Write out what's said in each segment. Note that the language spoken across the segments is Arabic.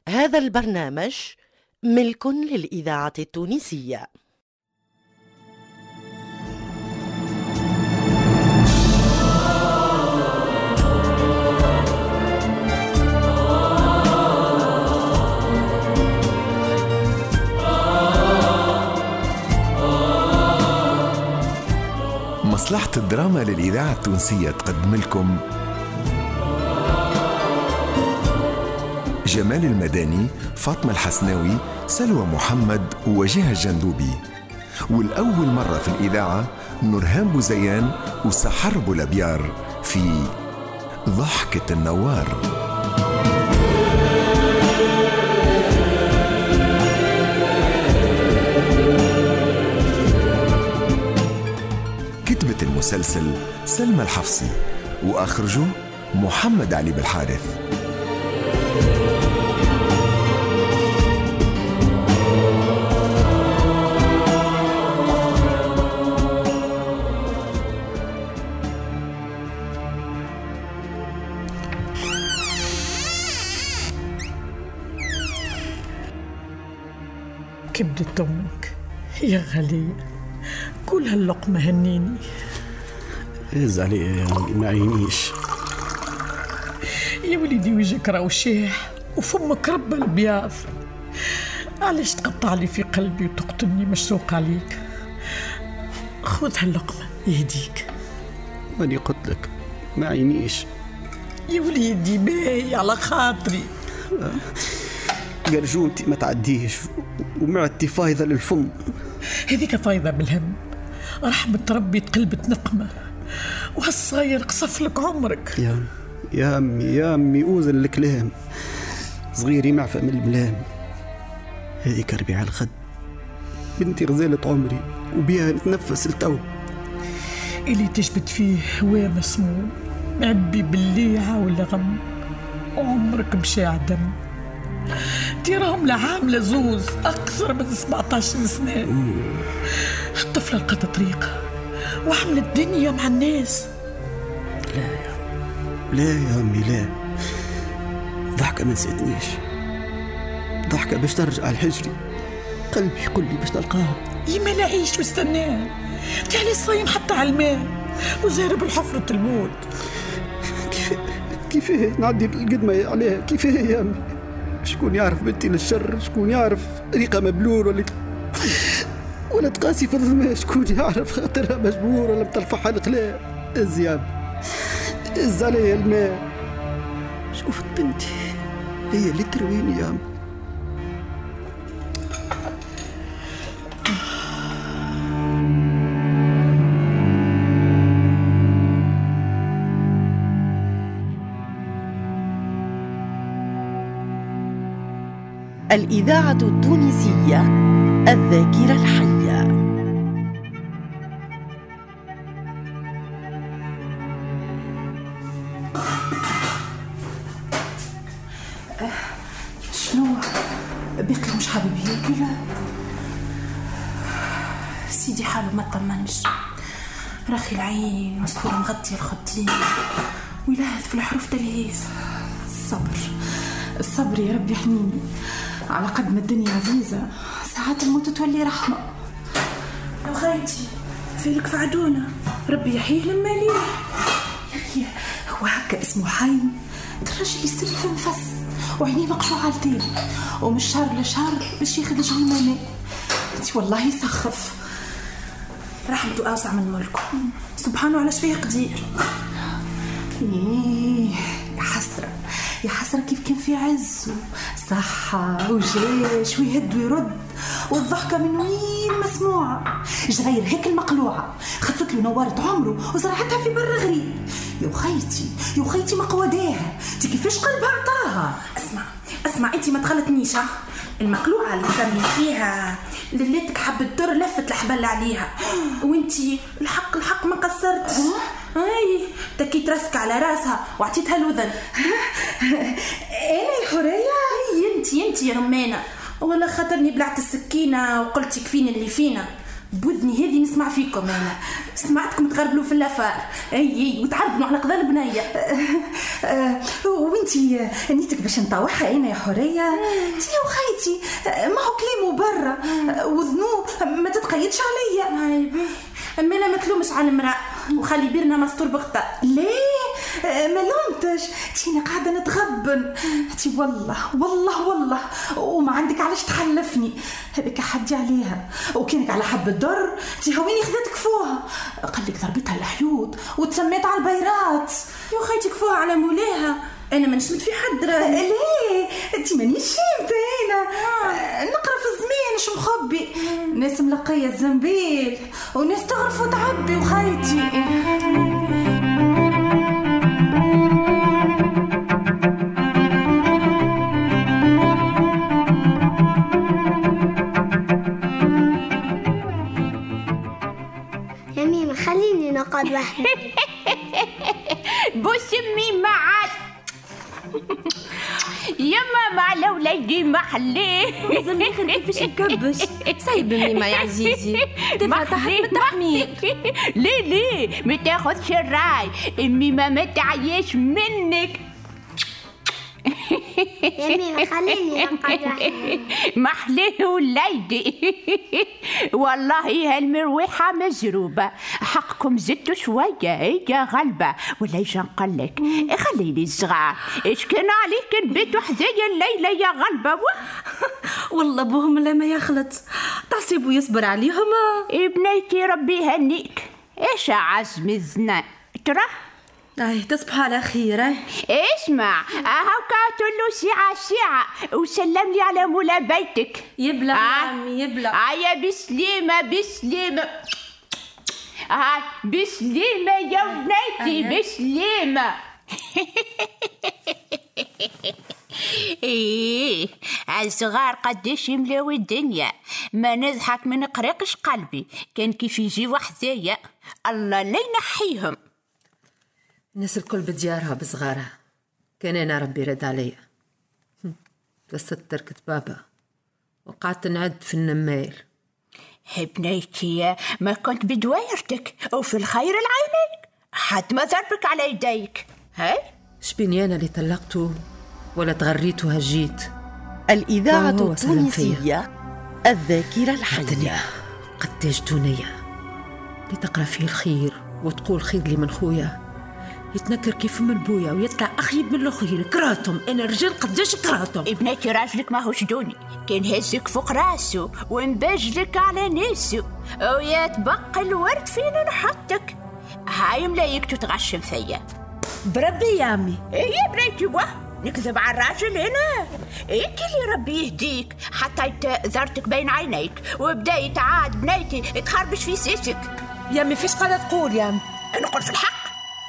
هذا البرنامج ملك للإذاعة التونسية. مصلحة الدراما للإذاعة التونسية تقدم لكم جمال المداني، فاطمة الحسناوي، سلوى محمد ووجيه الجندوبي. والأول مرة في الإذاعة نورهان بوزيان وسحر بولابيار في ضحكة النوار. كتبت المسلسل سلمى الحفصي وأخرجه محمد علي بالحارث. كبدة أمك يا غالية، كل هاللقمة هنيني. ازعلي يا ما عينيش يا وليدي، وجهك راهو شاح وفمك رب البياض. علاش تقطع لي في قلبي وتقتلني مشروق عليك؟ خذ هاللقمة يهديك. ماني قلت لك ما عينيش يا وليدي، باهي على خاطري. قرجونتي ما تعديش ومعدتي فايضة للفم. هذيك فايضة بالهم، رحمة ربي تقلبت نقمة، وهالصغير قصف لك عمرك. يا أمي أوزن الكلام، صغيري معفى من الملام. هذيك ربيع الخد بنتي غزالة عمري وبيها نتنفس التو. اللي تجبد فيه هوا مسموم معبي بالليعة والغم، وعمرك مشى عدم. تراهم لعاملة زوز أكثر من 17 سنة. الطفلة لقت طريقة وعملت الدنيا مع الناس. لا يا أمي لا، ضحكة ما نسيتنيش، ضحكة باش ترجع الحجري. قلبي يقول لي باش نلقاها. يما نعيش واستناه، تعالي صايم حتى على الماء وزارب الحفرة الموت. كيفاه نعدي القدمة عليها؟ كيفاه يا أمي؟ شكون يعرف بنتي للشر؟ شكون يعرف ريقة مبلول ولا تقاسي في الظما؟ شكون يعرف خاطرها مجبور ولا متلفحها القلاع؟ إز يا أمي، إز عليها الماء. شوفت بنتي هي اللي ترويني يا أمي. الإذاعة التونسية الذاكرة الحية. شنو بقي مش حابب ياكل؟ سيدي حاله ما تطمنش، رخي العين مصفورة مغطية الخطين ويلهث في الحروف تلهيث. الصبر يا رب يحميني. على قد ما الدنيا عزيزة ساعات الموت تولي رحمة. لو خايتي فيلك فعدونا، ربي يحييه لما ليه. يا أخي هو هكا اسمه حي؟ الرجل يسري في نفس وعينيه مقشوعتين ومن شهر لشهر باش ياخذ جريمة. انت والله يسخف، رحمته أوسع من ملكه سبحانه على شفيه قدير. يا حسرة كيف كان في عز صحة وجيش ويهد ويرد، والضحكة من وين مسموعة. جراير هيك المقلوعة خطفت له نوارة عمره وزرعتها في بر غريب. يا خيتي مقوداها انت كيفاش قلبها عطاها. اسمع انت ما تغلطنيش. المقلوعة اللي سمي فيها ليلتك حب الدر لفت الحبل عليها، وانتي الحق ما قصرتش. اي تكيت راسك على راسها وعطيتها الوذن. انا يا حورية؟ انتي يا رمانة، ولا خاطرني بلعت السكينة وقلت يكفيني اللي فينا. بودني هذه نسمع فيكم. انا سمعتكم تغربلوا في اللافار اي وتعربنوا على قضاء البنيه. وانتي نيتك باش نطوعها انا يا حوريه؟ انتي يا وخيتي ما هو كلامه برا وذنوب ما تتقيدش عليا. اما انا ما تلومش على المراه وخلي بيرنا مستور بغطاء. ليه ما لومتش، تينا قاعده نتغبن. انتي والله وما عندك علاش تحلفني. هذيك حدي عليها وكانك على حب الدر انتي هويني خذتك فوها. قال لك ضربتها الحيوط وتسميت على البيرات. يا خيتي كفوها على مولاها، انا ما نشمت في حد. ليه انتي مانيش شامته انا نقرا في الزمان شو مخبي. ناس ملقيه الزنبيل وناس تغرف وتعبي وخيتي. يا ميمة خليني نقعد وحدي. بوس ميمة عاد يا ماما على وليدي ما خليه زلمة كيفاش نكبش. سايب ميمة يا عزيزي دفع تحت بالتحميل. ليه ما تاخذش الراي، ميمة ما تعيش منك. يا ميمة خليني نقعد وحدي. محليه وليدي والله هالمروحة مزروبة، حقكم زدتوا شوية يا غلبة. ولا يجي نقلك خليلي الصغار ايش كان عليك نبيتوا حذايا الليلة يا غلبة. والله بوهم لا ما يخلط تعصيبوا يصبر عليهم. بنيتي ربي يهنيك. ايش عزم الزنا ترى؟ تصبح على خير. اسمع هاكا تقولوا ساعة وسلم لي على مولا بيتك. يبلع عمي يبلع. يا بسليمة بسليمة يا بنيتي بسليمة. ايه الصغار قديش يملاو الدنيا، ما نضحك من قريقش قلبي. كان كيف يجي وحدايا الله لا ينحيهم. الناس الكل بديارها بصغارها. كان أنا ربي رد عليا بس تركت بابا وقعدت نعد في النمايل. بنيتي ما كنت بدوايرتك وفي الخير العينيك، حد ما ضربك على يديك. هاي شبيني أنا اللي طلقته ولا تغريته هجيت. الإذاعة التونسية الذاكرة الحية. قديش دونية لتقرأ فيه الخير وتقول خير لي من خويا، يتنكر كيف من بويا ويطلع أخيب من الأخير. كرهتهم أنا الرجال قديش كرهتهم. ابنتي راجلك ما هوش دوني، كان هزك فوق راسه ومبجلك على ناسه ويا تبقى الورد فين نحطك. هاي ملايك تتغشم فيا بربي يا عمي. ايه يا بنيتي نكذب على الراجل هنا؟ ايه اللي ربي يهديك حتى ذرتك بين عينيك وبدا يتعاد بنيتي تخربش في سيسك. يا عمي فيش قاعدة تقول يا عمي؟ نقول في الحق.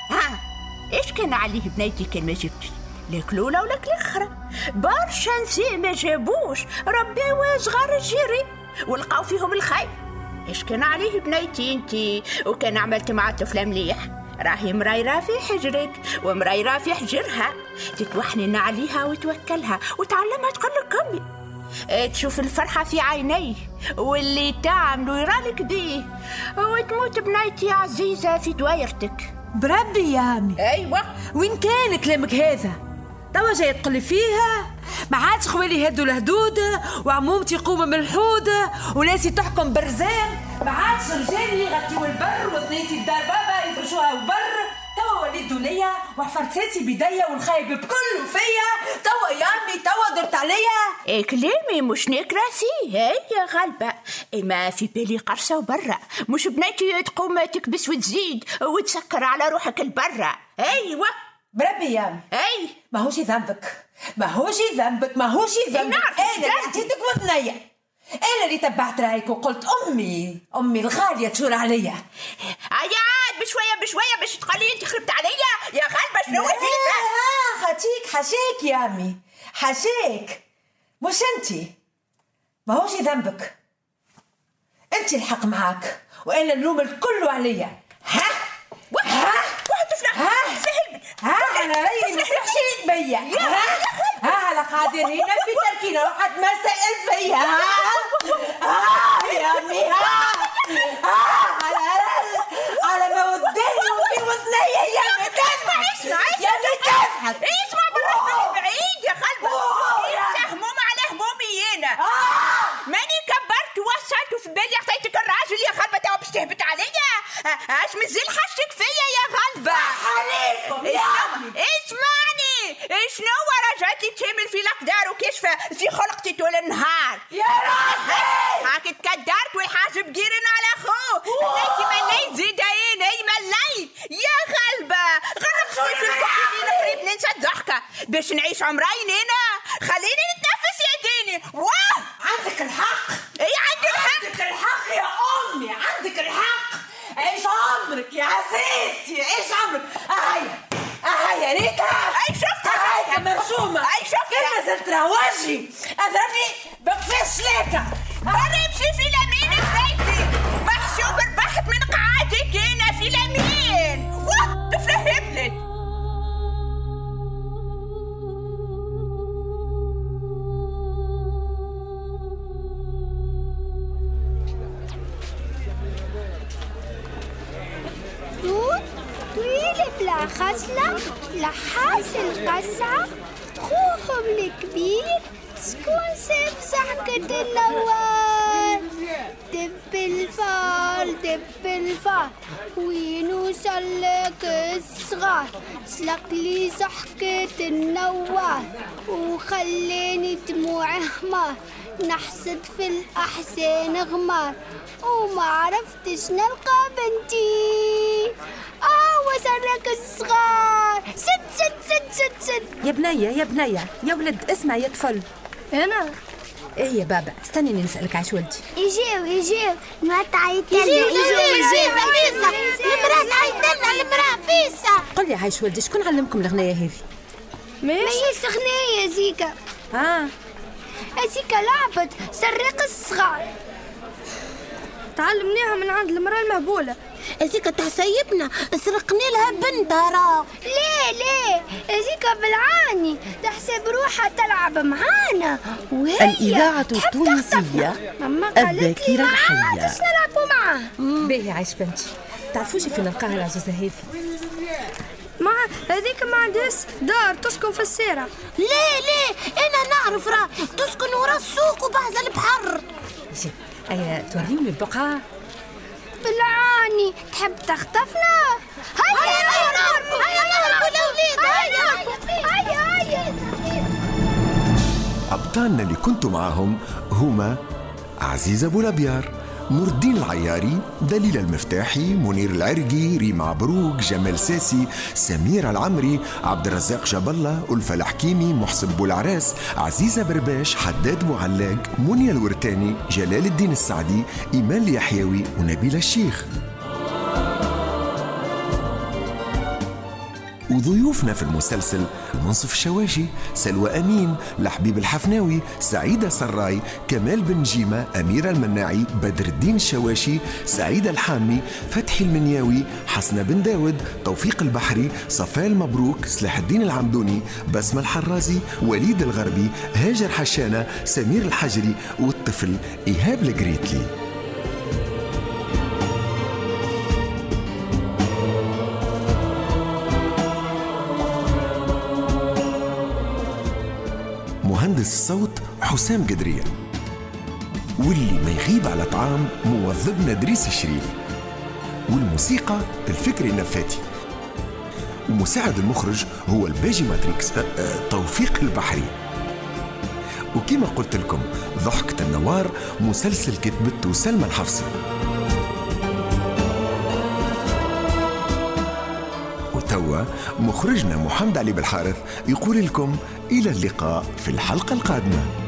ايش كان عليه بنيتي كان ما جبتش لك الاولى ولا الاخرى؟ برشا نساء ما جابوش ربي وصغار الجيري ولقاو فيهم الخير. ايش كان عليه بنيتي انتي وكان عملت مع طفله مليح؟ راهي مريرة في حجرك ومريرة في حجرها، تتوحنن عليها وتوكلها وتعلمها تقلك امي. تشوف الفرحة في عينيه واللي تعملوا يرالك بيه وتموت بنيتي عزيزة في دوايرتك. بربي يا عمي. ايوه وين كان كلامك هذا؟ توا جاي تقلي فيها ما عادش خوالي هدوا الهدود وعمومتي قومه من الحوض وناسي تحكم برزان. ما عادش رجالي يغطيوا البر وثنيتي الدار بابا يفرشوها البر. توا وليد دنيا وحفرت ساسي بيديا والخايب بكله فيا. توا يا عمي توا درت عليا. كلامي مش نكره فيه يا غلبة. ما في بالي قرصة وبرة، مش بنيتي تقوم تكبس وتزيد وتسكر على روحك البرة. ايوه بربي يا عمي. اي ماهوش ذنبك ماهوش ذنبك. انا اللي عطيتك وثنية، انا اللي تبعت رايك وقلت امي الغاليه تشور عليا. عاد بشويه باش تقولي انت خربت عليا يا غلبة. شنو فيك؟ خاتيك حشيك يا عمي حشيك مش انتي. ماهوش ذنبك انتي الحق معاك وانا اللوم الكل عليا. انا رايي ما تروحش بيا. على قاعدين هنا في تركينا واحد ما سأل فيا. يا امي اش مازال حشك فيا يا غلبة عليكم يا عمي. اسمعني، شنو رجعتي تشمل في الأقدار وكشفة في خلقتي طول النهار يا راجل؟ هاك تكدرت والحاجب ديرن على اخوه. انتي مليت زيدين اي مليت يا غلبة. غرقتني في الكحلين قريب ننسى الضحكة باش نعيش عمرين هنا. خليني نتنفس يا ديني. واه عندك الحق. اي عندك الحق. عندك الحق يا امي، عندك الحق. عيش عمرك يا عزيزتي، عيش عمرك. هيا ريتا، اي شفتها هيا مرسومة، اي شفتها. كلمة زلت راه وجهي اضربني بقفاش سلاكة. برا امشي في اليمين بيتي، محسوب ربحت من قعدك هنا في اليمين. واه طفلة هبلت. طويل بلا خصلة لحاس القصعة خوهم الكبير شكون سيف زحكة النوار. دب الفار وين وصلك الصغار سلق لي زحكة النوار وخليني دموع حمار نحسد في الأحسان غمار وما عرفتش نلقى بنتي. وسرك الصغار سد يا بنية يا ولد اسمع يا طفل. أنا ايه يا بابا استنيني نسألك عاش ولدي. يجيو ما تعيط لنا. يجيو المرأة تعيط لنا. المرأة فيسا. قل لي عايش ولدي شكون علمكم الغناية هذه؟ ماهيش غناية زيكا. زيكا لعبة سرق الصغار تعلمناها من عند المرأة المهبولة. زيكا تحسيبنا سرقني لها بنتها راه. ليه زيكا بالعاني تحسب روحها تلعب معانا وهي الإذاعة التونسية الذاكرة الحية. باش نلعبوا معاه. باهي عايش بنتي تعرفوش فين نلقاها العزوزة هذه؟ مع هذيك ما عندهاش دار تسكن في السيرة. ليه انا نعرف راه تسكن ورا السوق وبعد البحر. أيا توريوني البقعة. بالعاني تحب تخطفنا؟ هيا نهربوا الأولاد. هيا أبطالنا اللي كنتوا معهم هما عزيزة بولابيار، نور الدين العياري، دليل المفتاحي، منير العرقي، ريم عبروك، جمال ساسي، سمير العمري، عبد الرزاق جبلة، ألفة الحكيمي، محسن بولعراس، عزيزة برباش، حداد معلاق، منيا الورتاني، جلال الدين السعدي، إيمان اليحيوي ونبيل الشيخ. وضيوفنا في المسلسل المنصف الشواشي، سلوى أمين، لحبيب الحفناوي، سعيدة سراي، كمال بن جيمة، أميرة المناعي، بدر الدين الشواشي، سعيدة الحامي، فتحي المنياوي، حسنة بن داود، توفيق البحري، صفاء المبروك، سلاح الدين العمدوني، بسمة الحرازي، وليد الغربي، هاجر حشانة، سمير الحجري، والطفل إيهاب القريتلي. مهندس الصوت حسام قدرية، واللي ما يغيب على طعام موظفنا دريس الشريف، والموسيقى الفكري النفاتي، ومساعد المخرج هو الباجي ماتريكس توفيق البحري. وكما قلت لكم ضحكة النوار مسلسل كتبته سلمى الحفصي. وتوا مخرجنا محمد علي بالحارث يقول لكم إلى اللقاء في الحلقة القادمة.